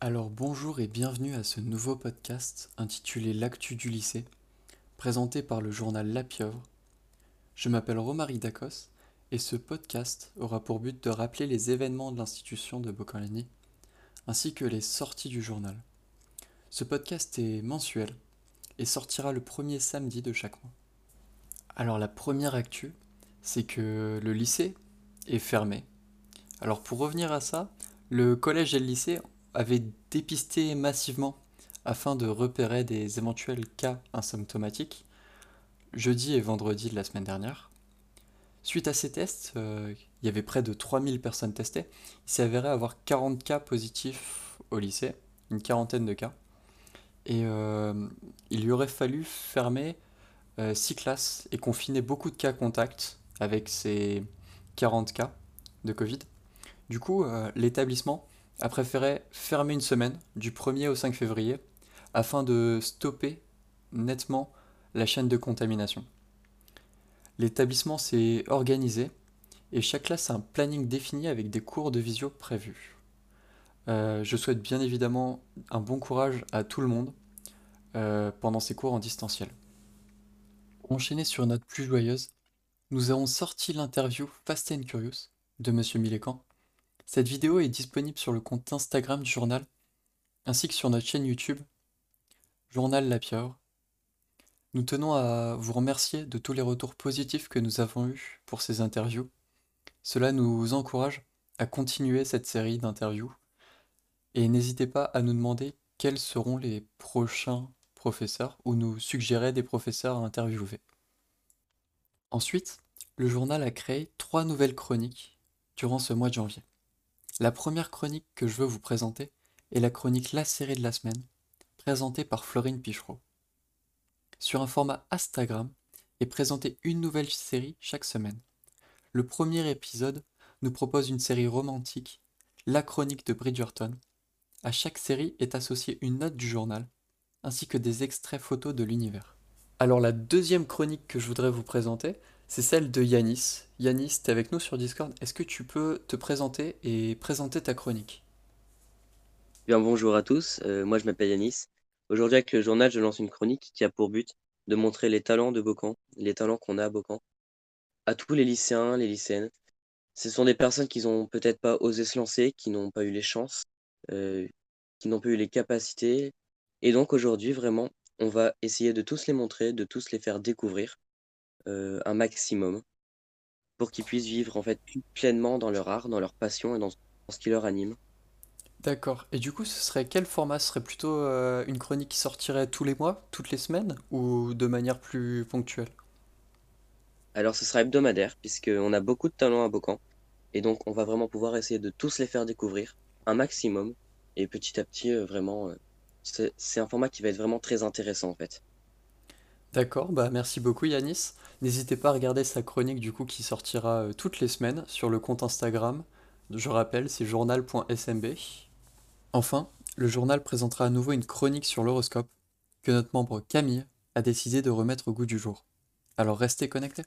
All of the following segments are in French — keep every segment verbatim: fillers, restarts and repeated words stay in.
Alors bonjour et bienvenue à ce nouveau podcast intitulé L'actu du lycée, présenté par le journal La Pieuvre. Je m'appelle Romary Dacos et ce podcast aura pour but de rappeler les événements de l'institution de Boccalani ainsi que les sorties du journal. Ce podcast est mensuel et sortira le premier samedi de chaque mois. Alors la première actu, c'est que le lycée est fermé. Alors pour revenir à ça, le collège et le lycée avaient dépisté massivement afin de repérer des éventuels cas asymptomatiques jeudi et vendredi de la semaine dernière. Suite à ces tests, euh, il y avait près de trois mille personnes testées. Il s'est avéré avoir quarante cas positifs au lycée, une quarantaine de cas. Et euh, il lui aurait fallu fermer euh, six classes et confiner beaucoup de cas contacts avec ces quarante cas de Covid. Du coup, euh, l'établissement a préféré fermer une semaine, du premier au cinq février, afin de stopper nettement la chaîne de contamination. L'établissement s'est organisé et chaque classe a un planning défini avec des cours de visio prévus. Euh, je souhaite bien évidemment un bon courage à tout le monde euh, pendant ces cours en distanciel. Pour enchaîner sur une note plus joyeuse, nous avons sorti l'interview Fast and Curious de Monsieur Milécan. Cette vidéo est disponible sur le compte Instagram du journal ainsi que sur notre chaîne YouTube, Journal La Pieuvre. Nous tenons à vous remercier de tous les retours positifs que nous avons eus pour ces interviews. Cela nous encourage à continuer cette série d'interviews et n'hésitez pas à nous demander quels seront les prochains professeurs ou nous suggérer des professeurs à interviewer. Ensuite, le journal a créé trois nouvelles chroniques durant ce mois de janvier. La première chronique que je veux vous présenter est la chronique La série de la semaine, présentée par Florine Pichereau. Sur un format Instagram est présentée une nouvelle série chaque semaine. Le premier épisode nous propose une série romantique, La chronique de Bridgerton. À chaque série est associée une note du journal, ainsi que des extraits photos de l'univers. Alors la deuxième chronique que je voudrais vous présenter, c'est celle de Yanis. Yanis, t'es avec nous sur Discord. Est-ce que tu peux te présenter et présenter ta chronique? Bien, bonjour à tous, euh, moi je m'appelle Yanis. Aujourd'hui avec le journal, je lance une chronique qui a pour but de montrer les talents de Beaucamp, les talents qu'on a à Beaucamp, à tous les lycéens, les lycéennes. Ce sont des personnes qui n'ont peut-être pas osé se lancer, qui n'ont pas eu les chances, euh, qui n'ont pas eu les capacités. Et donc aujourd'hui, vraiment, on va essayer de tous les montrer, de tous les faire découvrir euh, un maximum pour qu'ils puissent vivre en fait plus pleinement dans leur art, dans leur passion et dans dans ce qui leur anime. D'accord. Et du coup, ce serait quel format? Ce serait plutôt euh, une chronique qui sortirait tous les mois, toutes les semaines, ou de manière plus ponctuelle? Alors ce sera hebdomadaire, puisqu'on a beaucoup de talents à Beaucamp. Et donc, on va vraiment pouvoir essayer de tous les faire découvrir un maximum. Et petit à petit, euh, vraiment, euh, c'est c'est un format qui va être vraiment très intéressant en fait. D'accord, bah merci beaucoup Yanis. N'hésitez pas à regarder sa chronique du coup qui sortira euh, toutes les semaines sur le compte Instagram. Je rappelle, c'est journal point s m b. Enfin, le journal présentera à nouveau une chronique sur l'horoscope que notre membre Camille a décidé de remettre au goût du jour. Alors restez connectés.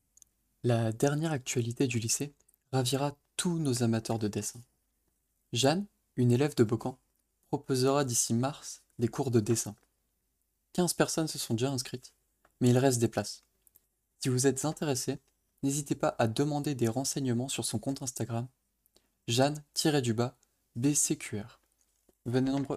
La dernière actualité du lycée ravira tous nos amateurs de dessin. Jeanne, une élève de Beaucamp, proposera d'ici mars des cours de dessin. quinze personnes se sont déjà inscrites, mais il reste des places. Si vous êtes intéressé, n'hésitez pas à demander des renseignements sur son compte Instagram, Jeanne-du-bas B C Q R. Venez nombreux.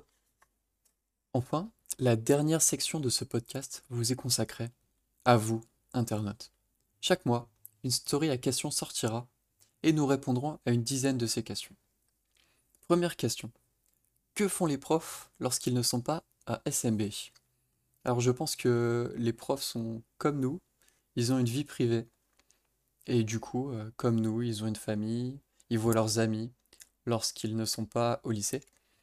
Enfin, la dernière section de ce podcast vous est consacrée à vous, internautes. Chaque mois, une story à questions sortira et nous répondrons à une dizaine de ces questions. Première question. Que font les profs lorsqu'ils ne sont pas à S M B? Alors je pense que les profs sont comme nous, ils ont une vie privée et du coup, euh, comme nous, ils ont une famille, ils voient leurs amis lorsqu'ils ne sont pas au lycée.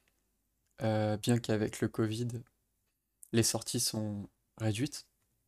Euh, bien qu'avec le Covid, les sorties sont réduites.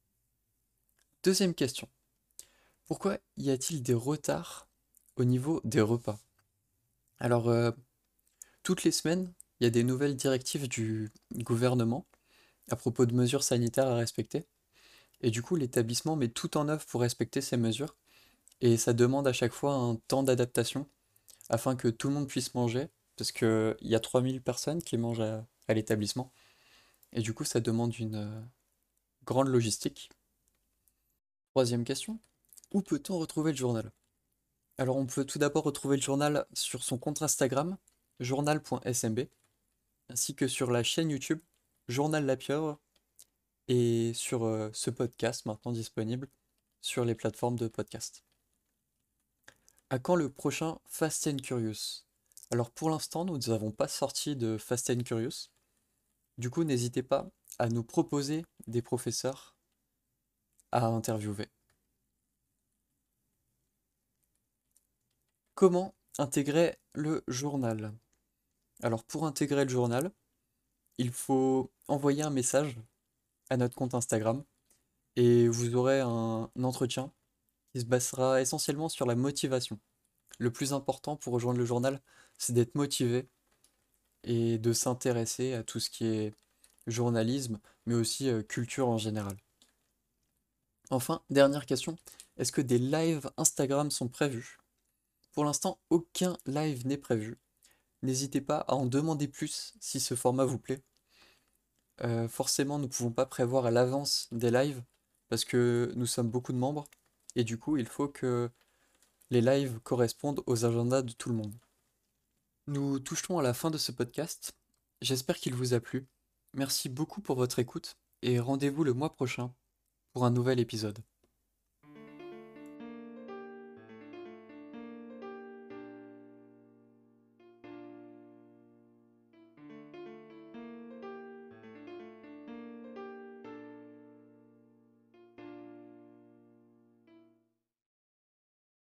Deuxième question. Pourquoi y a-t-il des retards au niveau des repas? Alors, euh, toutes les semaines, il y a des nouvelles directives du gouvernement à propos de mesures sanitaires à respecter. Et du coup, l'établissement met tout en œuvre pour respecter ces mesures. Et ça demande à chaque fois un temps d'adaptation afin que tout le monde puisse manger. parce qu'il y a trois mille personnes qui mangent à, à l'établissement, et du coup ça demande une euh, grande logistique. Troisième question, où peut-on retrouver le journal? Alors on peut tout d'abord retrouver le journal sur son compte Instagram, journal point s m b, ainsi que sur la chaîne YouTube, Journal La Pieuvre, et sur euh, ce podcast maintenant disponible sur les plateformes de podcast. À quand le prochain Fast and Curious? Alors pour l'instant, nous n'avons pas sorti de Fast and Curious. Du coup, n'hésitez pas à nous proposer des professeurs à interviewer. Comment intégrer le journal? Alors pour intégrer le journal, il faut envoyer un message à notre compte Instagram et vous aurez un entretien qui se basera essentiellement sur la motivation. Le plus important pour rejoindre le journal, c'est d'être motivé et de s'intéresser à tout ce qui est journalisme, mais aussi euh, culture en général. Enfin, dernière question, est-ce que des lives Instagram sont prévus? Pour l'instant, aucun live n'est prévu. N'hésitez pas à en demander plus si ce format vous plaît. Euh, forcément, nous ne pouvons pas prévoir à l'avance des lives parce que nous sommes beaucoup de membres et du coup, il faut que les lives correspondent aux agendas de tout le monde. Nous touchons à la fin de ce podcast. J'espère qu'il vous a plu. Merci beaucoup pour votre écoute et rendez-vous le mois prochain pour un nouvel épisode.